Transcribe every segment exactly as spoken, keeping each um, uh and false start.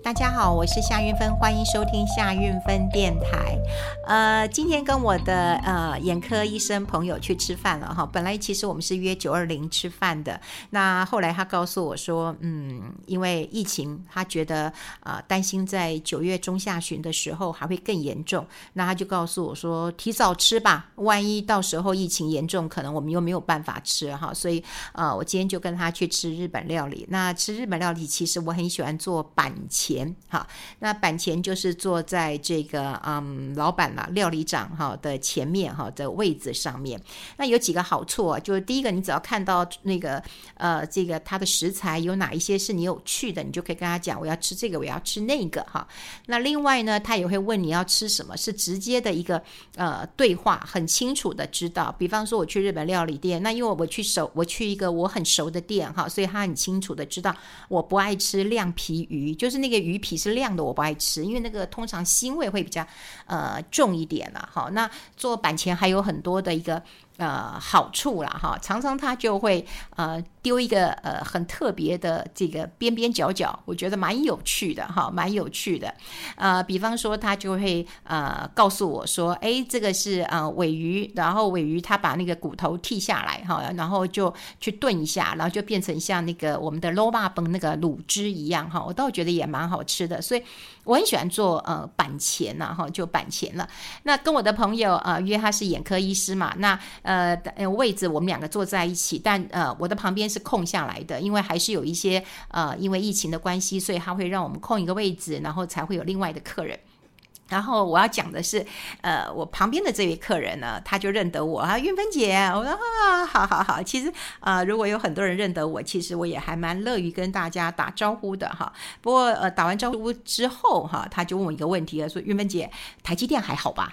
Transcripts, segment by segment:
大家好，我是夏运芬，欢迎收听夏运芬电台。呃，今天跟我的呃眼科医生朋友去吃饭了哈。本来其实我们是约九二零吃饭的，那后来他告诉我说，嗯，因为疫情，他觉得呃担心在九月中下旬的时候还会更严重，那他就告诉我说，提早吃吧，万一到时候疫情严重，可能我们又没有办法吃哈。所以呃，我今天就跟他去吃日本料理。那吃日本料理，其实我很喜欢做板前哈，那板前就是坐在这个嗯老板啦、料理长哈的前面哈的位置上面。那有几个好处啊，就是第一个，你只要看到那个呃这个它的食材有哪一些是你有趣的，你就可以跟他讲我要吃这个，我要吃那个哈。那另外呢，他也会问你要吃什么，是直接的一个呃对话，很清楚的知道。比方说我去日本料理店，那因为我去熟我去一个我很熟的店哈，所以他很清楚的知道我不爱吃亮皮鱼，就是那个鱼皮是亮的我不爱吃，因为那个通常腥味会比较呃重一点啦。好，那做板前还有很多的一个呃好处啦哈，常常他就会呃丢一个呃很特别的这个边边角角，我觉得蛮有趣的哈，蛮有趣的。呃，比方说他就会呃告诉我说，哎，这个是呃尾鱼，然后尾鱼他把那个骨头剔下来哈，然后就去炖一下，然后就变成像那个我们的肉霸崩那个卤汁一样哈，我倒觉得也蛮好吃的，所以我很喜欢做呃板前呐哈，就板前了。那跟我的朋友呃约他是眼科医师嘛，那呃位置我们两个坐在一起，但呃我的旁边是空下来的，因为还是有一些呃因为疫情的关系，所以他会让我们空一个位置，然后才会有另外的客人。然后我要讲的是，呃，我旁边的这位客人呢，他就认得我啊，运芬姐，我说啊，好好好。其实呃，如果有很多人认得我，其实我也还蛮乐于跟大家打招呼的哈。不过呃，打完招呼之后哈，他就问我一个问题了，说运芬姐，台积电还好吧？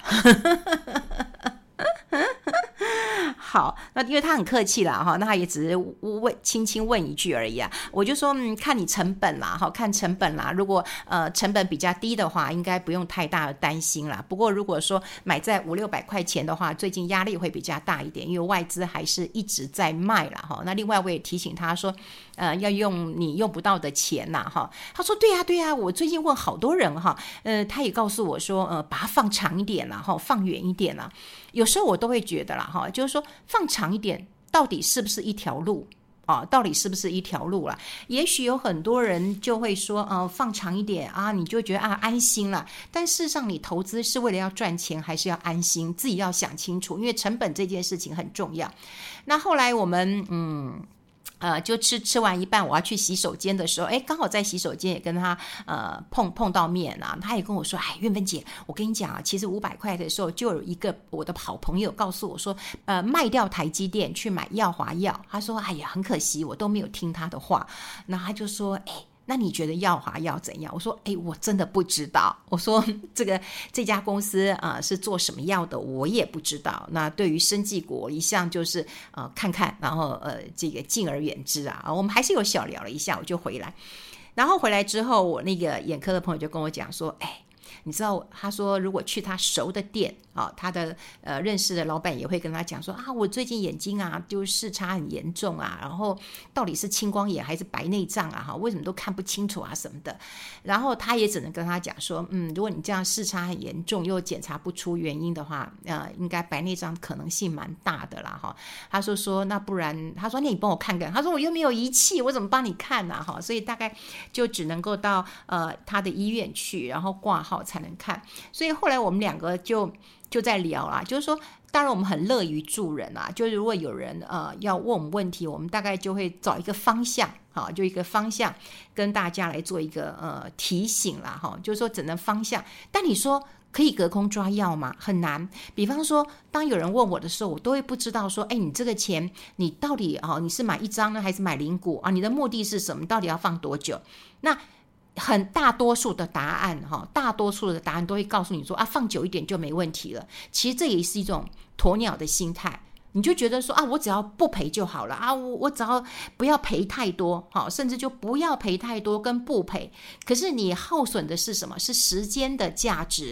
好，那因为他很客气啦哈，那他也只是问轻轻问一句而已啊。我就说嗯，看你成本啦哈，看成本啦。如果呃成本比较低的话，应该不用太大的担心啦。不过如果说买在五六百块钱的话，最近压力会比较大一点，因为外资还是一直在卖啦哈。那另外我也提醒他说，呃，要用你用不到的钱呐哈。他说对呀、啊、对呀、啊，我最近问好多人哈，呃，他也告诉我说，呃，把它放长一点啦哈，放远一点啦。有时候我都会觉得啦哈，就是说放长一点，到底是不是一条路啊？到底是不是一条路啦？也许有很多人就会说，呃，放长一点啊，你就觉得啊安心了。但事实上，你投资是为了要赚钱，还是要安心？自己要想清楚，因为成本这件事情很重要。那后来我们嗯。呃，就吃吃完一半，我要去洗手间的时候，哎，刚好在洗手间也跟他呃碰碰到面啊，他也跟我说，哎，运芬姐，我跟你讲啊，其实五百块的时候，就有一个我的好朋友告诉我说，呃，卖掉台积电去买耀华药，他说，哎呀，很可惜，我都没有听他的话，那他就说，哎。那你觉得耀华要怎样？我说，哎，我真的不知道。我说，这个这家公司啊、呃、是做什么药的，我也不知道。那对于生技股，一向就是呃看看，然后呃这个敬而远之啊。我们还是有小聊了一下，我就回来。然后回来之后，我那个眼科的朋友就跟我讲说，哎。你知道他说如果去他熟的店啊，他的呃认识的老板也会跟他讲说啊，我最近眼睛啊就视差很严重啊，然后到底是青光眼还是白内障啊，为什么都看不清楚啊什么的。然后他也只能跟他讲说，嗯，如果你这样视差很严重又检查不出原因的话，呃，应该白内障可能性蛮大的啦哈。他说说那不然，他说那你帮我看看，他说我又没有仪器，我怎么帮你看啊哈？所以大概就只能够到呃他的医院去，然后挂号才能看。所以后来我们两个就就在聊啦，就是说当然我们很乐于助人啊，就如果有人呃要问我们问题，我们大概就会找一个方向，好，就一个方向跟大家来做一个呃提醒啦哈，就是说只能方向。但你说可以隔空抓药吗？很难。比方说当有人问我的时候，我都会不知道说，哎，你这个钱你到底啊、哦、你是买一张呢还是买零股啊？你的目的是什么？到底要放多久？那很大多数的答案哈，大多数的答案都会告诉你说啊，放久一点就没问题了。其实这也是一种鸵鸟的心态，你就觉得说啊，我只要不赔就好了啊，我我只要不要赔太多，好，甚至就不要赔太多跟不赔。可是你耗损的是什么？是时间的价值。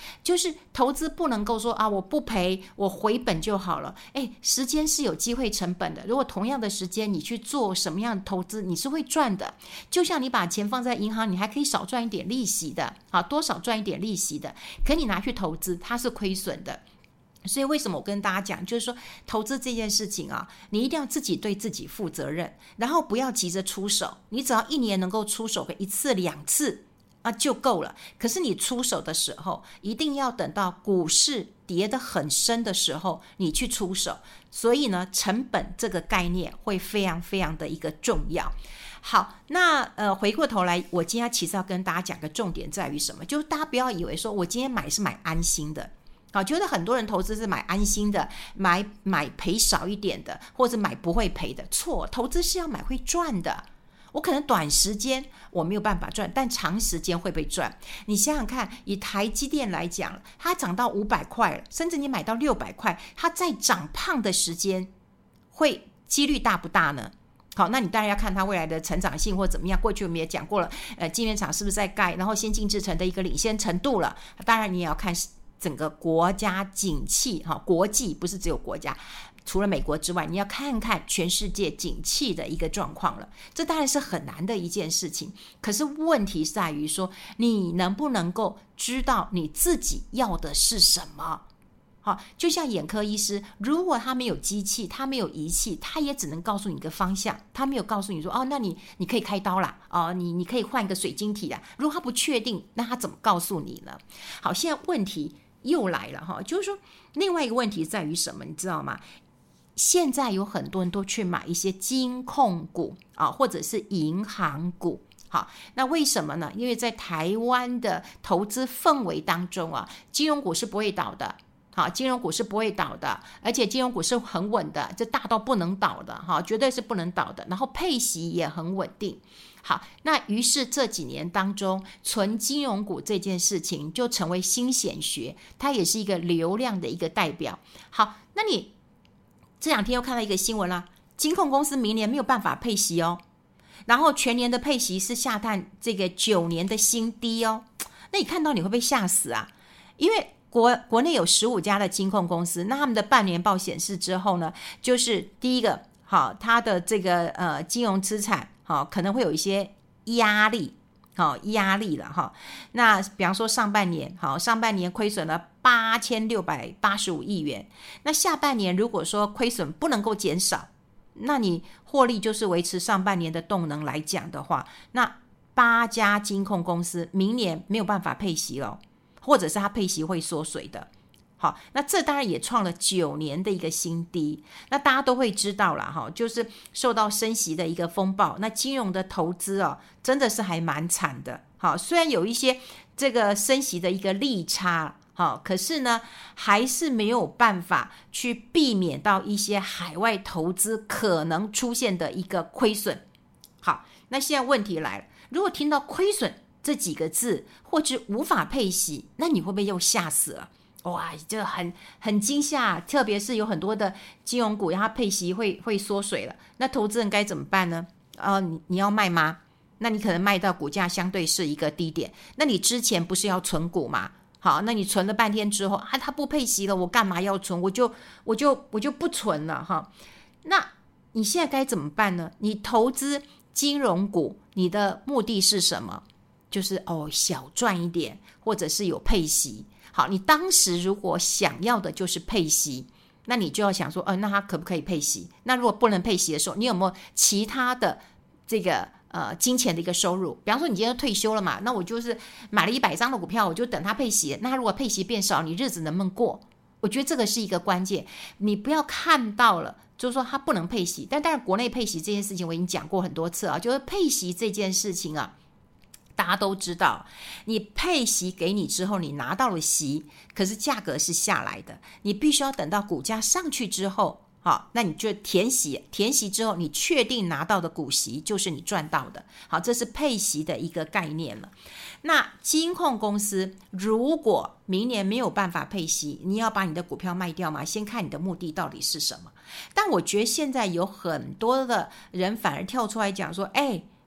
就是投资不能够说啊，我不赔，我回本就好了。哎，时间是有机会成本的。如果同样的时间你去做什么样的投资，你是会赚的。就像你把钱放在银行，你还可以少赚一点利息的，啊，多少赚一点利息的。可你拿去投资，它是亏损的。所以为什么我跟大家讲，就是说投资这件事情啊，你一定要自己对自己负责任，然后不要急着出手。你只要一年能够出手个一次两次啊就够了。可是你出手的时候，一定要等到股市跌得很深的时候，你去出手。所以呢，成本这个概念会非常非常的一个重要。好，那呃，回过头来，我今天其实要跟大家讲个重点在于什么？就是大家不要以为说我今天买是买安心的。好，觉得很多人投资是买安心的，买买赔少一点的，或者买不会赔的。错，投资是要买会赚的。我可能短时间我没有办法赚，但长时间会被赚。你想想看，以台积电来讲，它涨到五百块了，甚至你买到六百块，它在长胖的时间会几率大不大呢？好，那你当然要看它未来的成长性或怎么样。过去我们也讲过了，呃，晶圆厂是不是在盖，然后先进制程的一个领先程度了。当然你也要看整个国家景气，国际不是只有国家，除了美国之外，你要看看全世界景气的一个状况了。这当然是很难的一件事情，可是问题在于说，你能不能够知道你自己要的是什么？好，就像眼科医师，如果他没有机器，他没有仪器，他也只能告诉你一个方向，他没有告诉你说，哦，那你你可以开刀啦，哦，你你可以换个水晶体啦。如果他不确定，那他怎么告诉你呢？好，现在问题又来了哈，就是说另外一个问题在于什么，你知道吗？现在有很多人都去买一些金控股啊，或者是银行股。好，那为什么呢？因为在台湾的投资氛围当中啊，金融股是不会倒的。好，金融股是不会倒的，而且金融股是很稳的，这大到不能倒的，哈，绝对是不能倒的。然后配息也很稳定。好，那于是这几年当中，纯金融股这件事情就成为新显学，它也是一个流量的一个代表。好，那你这两天又看到一个新闻啦，金控公司明年没有办法配息哦，然后全年的配息是下探这个九年的新低哦。那你看到你会不会吓死啊？因为国国内有十五家的金控公司，那他们的半年报显示之后呢，就是第一个，好，它的这个呃金融资产，好，可能会有一些压力，好压力了哈。那比方说上半年，好，上半年亏损了八千六百八十五亿元，那下半年如果说亏损不能够减少，那你获利就是维持上半年的动能来讲的话，那八家金控公司明年没有办法配息了。或者是它配息会缩水的。好，那这当然也创了九年的一个新低。那大家都会知道啦，哈，就是受到升息的一个风暴，那金融的投资哦，真的是还蛮惨的。好，虽然有一些这个升息的一个利差，好，可是呢，还是没有办法去避免到一些海外投资可能出现的一个亏损。好，那现在问题来了，如果听到亏损这几个字，或是无法配息，那你会不会又吓死了？哇，这很很惊吓，特别是有很多的金融股，它配息会会缩水了，那投资人该怎么办呢？呃，你你要卖吗？那你可能卖到股价相对是一个低点，那你之前不是要存股吗？好，那你存了半天之后啊，它不配息了，我干嘛要存？我就我就我就不存了哈。那你现在该怎么办呢？你投资金融股，你的目的是什么？就是哦，小赚一点，或者是有配息。好，你当时如果想要的就是配息，那你就要想说，呃，那它可不可以配息？那如果不能配息的时候，你有没有其他的这个呃金钱的一个收入？比方说你今天退休了嘛，那我就是买了一百张的股票，我就等它配息。那如果配息变少，你日子能不能过？我觉得这个是一个关键。你不要看到了，就是说它不能配息，但当然国内配息这件事情我已经讲过很多次啊，就是配息这件事情啊。大家都知道，你配息给你之后，你拿到了息，可是价格是下来的，你必须要等到股价上去之后，好，那你就填息，填息之后，你确定拿到的股息就是你赚到的。好，这是配息的一个概念了。那金控公司如果明年没有办法配息，你要把你的股票卖掉吗？先看你的目的到底是什么。但我觉得现在有很多的人反而跳出来讲说，哎，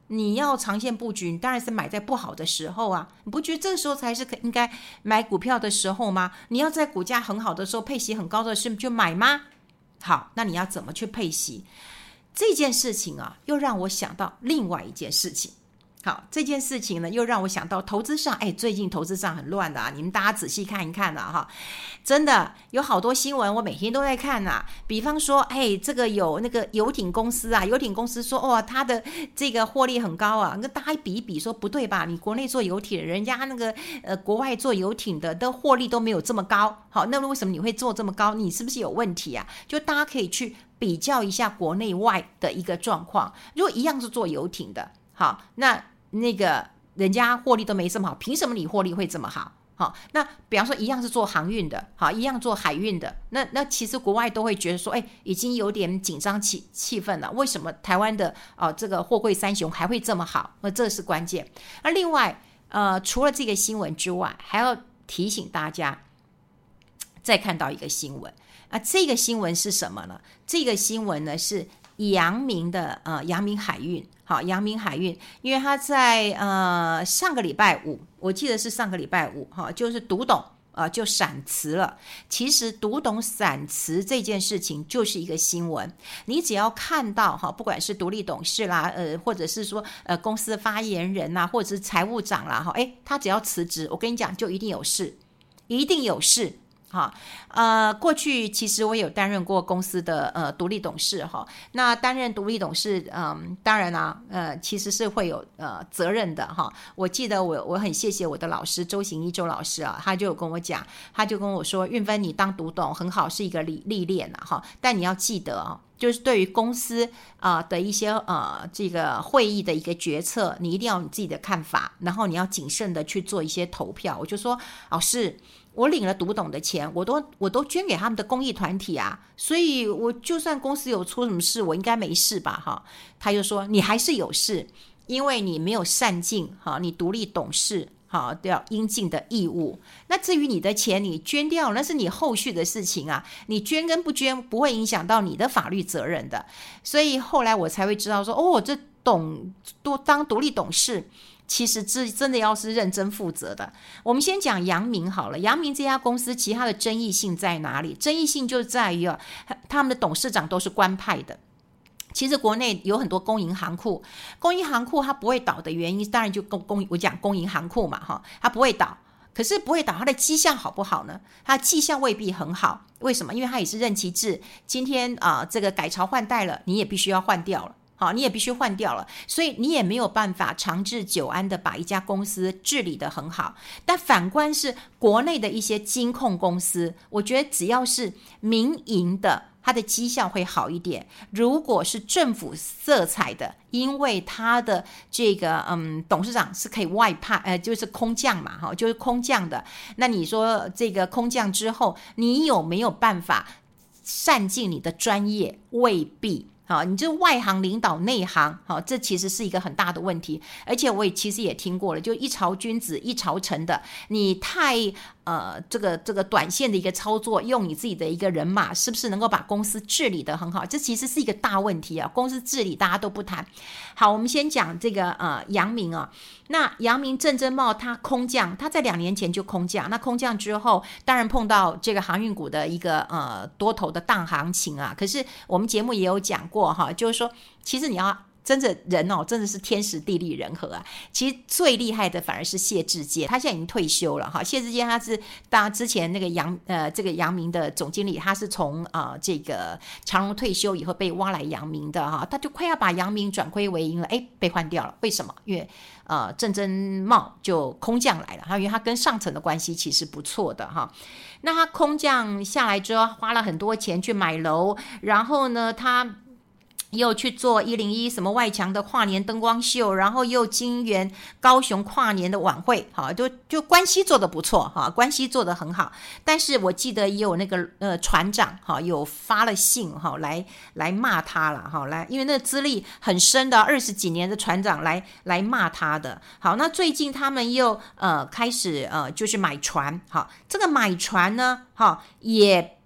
你要长线布局，你当然是买在不好的时候啊，你不觉得这个时候才是应该买股票的时候吗？你要在股价很好的时候，配息很高的时候就买吗？好，那你要怎么去配息？这件事情啊，又让我想到另外一件事情。好，这件事情呢，又让我想到投资上，哎，最近投资上很乱的啊，你们大家仔细看一看了哈，真的有好多新闻，我每天都在看啊。比方说，哎，这个有那个游艇公司啊，游艇公司说，哇、哦，它的这个获利很高啊，那大家比一比说不对吧？你国内做游艇，人家那个呃国外做游艇的的获利都没有这么高，好，那为什么你会做这么高？你是不是有问题啊？就大家可以去比较一下国内外的一个状况，如果一样是做游艇的，好，那那个人家获利都没这么好，凭什么你获利会这么好？好，那比方说一样是做航运的，好，一样做海运的，那那其实国外都会觉得说，哎，已经有点紧张气气氛了。为什么台湾的哦这个货柜三雄还会这么好？那这是关键。那另外，呃，除了这个新闻之外，还要提醒大家，再看到一个新闻啊，这个新闻是什么呢？这个新闻呢是阳明的呃阳明海运。好，阳明海运，因为他在呃上个礼拜五，我记得是上个礼拜五，哈，就是读懂呃就闪辞了。其实读懂闪辞这件事情就是一个新闻，你只要看到哈，不管是独立董事啦，呃，或者是说呃公司的发言人啦，或者是财务长啦，哈，哎，他只要辞职，我跟你讲，就一定有事，一定有事。好，呃，过去其实我有担任过公司的呃独立董事哈。那担任独立董事，嗯，当然啦，呃，其实是会有呃责任的哈。我记得我我很谢谢我的老师周行一周老师啊，他就有跟我讲，他就跟我说，运芬你当独董很好，是一个历历练啊哈，但你要记得啊、哦。就是对于公司啊、呃、的一些呃这个会议的一个决策，你一定要有你自己的看法，然后你要谨慎的去做一些投票。我就说，老师，我领了读懂的钱，我都我都捐给他们的公益团体啊，所以我就算公司有出什么事，我应该没事吧？哈，他就说你还是有事，因为你没有善尽哈，你独立董事。好，都要应尽的义务。那至于你的钱你捐掉，那是你后续的事情啊，你捐跟不捐不会影响到你的法律责任的。所以后来我才会知道说，哦，这董多当独立董事，其实这真的要是认真负责的。我们先讲阳明好了，阳明这家公司其他的争议性在哪里？争议性就在于啊，他们的董事长都是官派的。其实国内有很多公营行库，公营行库它不会倒的原因，当然就公公我讲公营行库嘛，哈，它不会倒。可是不会倒，它的绩效好不好呢？它的绩效未必很好，为什么？因为它也是任期制，今天啊、呃、这个改朝换代了，你也必须要换掉了。好，你也必须换掉了，所以你也没有办法长治久安的把一家公司治理得很好。但反观是国内的一些金控公司，我觉得只要是民营的，它的绩效会好一点。如果是政府色彩的，因为它的这个嗯董事长是可以外派，呃，就是空降嘛，哈，就是空降的。那你说这个空降之后，你有没有办法善尽你的专业？未必。好，你就外行领导内行，好，这其实是一个很大的问题。而且我也其实也听过了，就一朝君子一朝臣的，你太呃这个这个短线的一个操作，用你自己的一个人马，是不是能够把公司治理得很好？这其实是一个大问题啊。公司治理大家都不谈。好，我们先讲这个呃阳明啊。那阳明郑珍茂他空降，他在两年前就空降，那空降之后，当然碰到这个航运股的一个呃多头的荡行情啊。可是我们节目也有讲过哈，就是说，其实你要真的人哦，真的是天时地利人和啊。其实最厉害的反而是谢志坚，他现在已经退休了哈。谢志坚他是当之前那个阳呃这个阳明的总经理，他是从啊、呃、这个长荣退休以后被挖来阳明的哈，他就快要把阳明转亏为盈了，哎，被换掉了。为什么？因为呃郑珍茂就空降来了，因为他跟上层的关系其实不错的哈。那他空降下来之后，花了很多钱去买楼，然后呢，他又去做一零一什么外墙的跨年灯光秀，然后又金援高雄跨年的晚会，好，就就关系做得不错哈，关系做得很好。但是我记得也有那个呃船长哈，有发了信哈来来骂他了哈，来，因为那资历很深的二十几年的船长来来骂他的。好，那最近他们又呃开始呃就是买船，好，这个买船呢，哈也。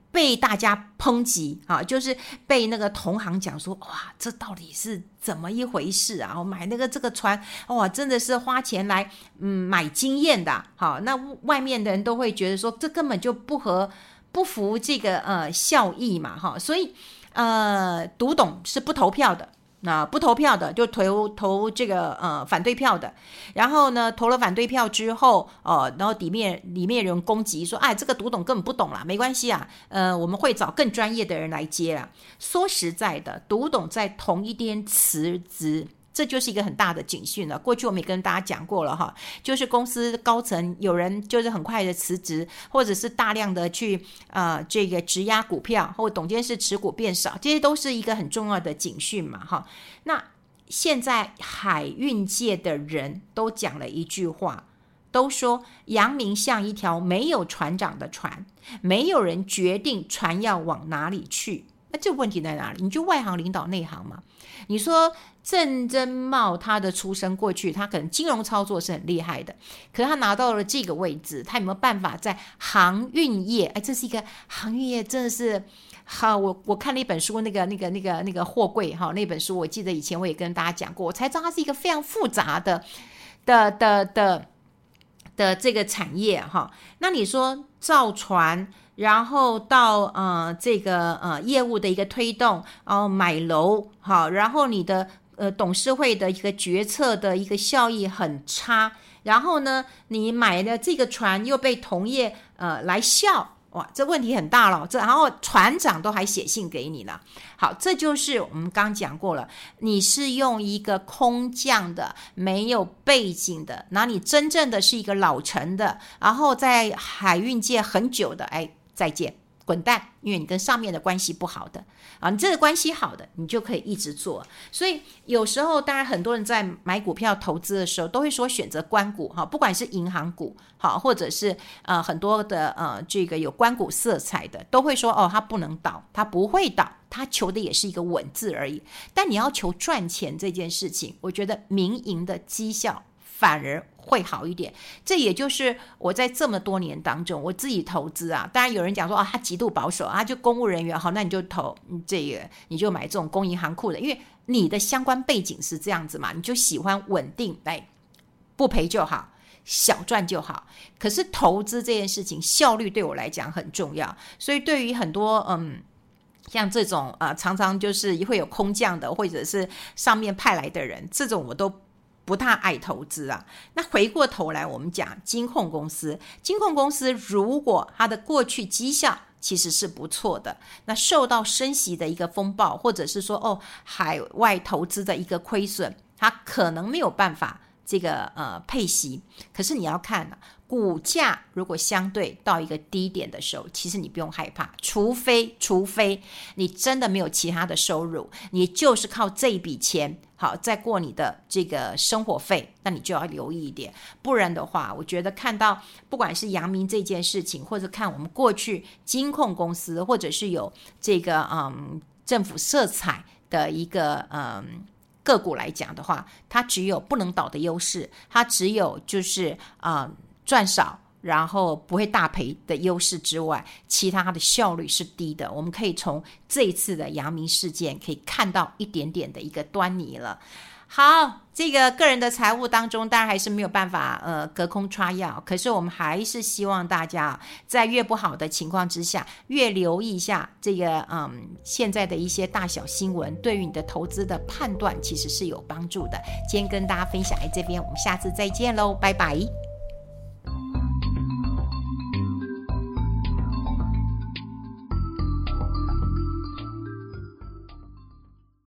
被大家抨击啊，就是被那个同行讲说，哇，这到底是怎么一回事啊？买那个这个船，哇，真的是花钱来嗯买经验的。好，那外面的人都会觉得说，这根本就不合不符这个呃效益嘛，哈，所以呃读懂是不投票的。那不投票的就投投这个呃反对票的，然后呢投了反对票之后，呃，然后里面里面有人攻击说，哎，这个读懂根本不懂啦，没关系啊，呃，我们会找更专业的人来接啦。说实在的，读懂在同一天辞职，这就是一个很大的警讯了。过去我们也跟大家讲过了哈，就是公司高层有人就是很快的辞职，或者是大量的去呃这个质押股票，或董监事持股变少，这些都是一个很重要的警讯嘛哈。那现在海运界的人都讲了一句话，都说阳明像一条没有船长的船，没有人决定船要往哪里去。那这个问题在哪里？你就外行领导内行嘛。你说郑珍茂他的出身过去，他可能金融操作是很厉害的，可是他拿到了这个位置，他有没有办法在航运业？哎，这是一个航运业，真的是好。我我看了一本书，那个那个那个那个货柜哈，那本书我记得以前我也跟大家讲过，我才知道它是一个非常复杂的的的的的这个产业哈。那你说造船？然后到呃这个呃业务的一个推动，然后买楼，好，然后你的呃董事会的一个决策的一个效益很差，然后呢，你买的这个船又被同业呃来笑，哇，这问题很大了。这然后船长都还写信给你了。好，这就是我们刚讲过了，你是用一个空降的、没有背景的，然后你真正的是一个老成的，然后在海运界很久的，哎。再见，滚蛋！因为你跟上面的关系不好的啊，你这个关系好的，你就可以一直做。所以有时候，当然很多人在买股票投资的时候，都会说选择官股哈，不管是银行股好，或者是呃很多的呃这个有官股色彩的，都会说哦，它不能倒，它不会倒，它求的也是一个稳字而已。但你要求赚钱这件事情，我觉得民营的绩效反而会好一点。这也就是我在这么多年当中我自己投资啊，当然有人讲说啊，他极度保守啊，就公务人员好，那你就投这个，你就买这种公银行库的，因为你的相关背景是这样子嘛，你就喜欢稳定，来不赔就好，小赚就好。可是投资这件事情效率对我来讲很重要，所以对于很多嗯像这种呃常常就是会有空降的，或者是上面派来的人，这种我都不太爱投资啊。那回过头来我们讲金控公司，金控公司如果它的过去绩效其实是不错的，那受到升息的一个风暴，或者是说哦海外投资的一个亏损，它可能没有办法这个呃配息。可是你要看啊，股价如果相对到一个低点的时候，其实你不用害怕，除非除非你真的没有其他的收入，你就是靠这一笔钱好再过你的这个生活费，那你就要留意一点。不然的话，我觉得看到不管是阳明这件事情，或者看我们过去金控公司，或者是有这个嗯政府色彩的一个嗯个股来讲的话，它只有不能倒的优势，它只有就是啊、呃、赚少然后不会大赔的优势之外，其他的效率是低的。我们可以从这一次的阳明事件可以看到一点点的一个端倪了。好，这个个人的财务当中当然还是没有办法呃隔空抓药，可是我们还是希望大家在越不好的情况之下，越留意一下这个嗯现在的一些大小新闻，对于你的投资的判断其实是有帮助的。今天跟大家分享在这边，我们下次再见喽，拜拜。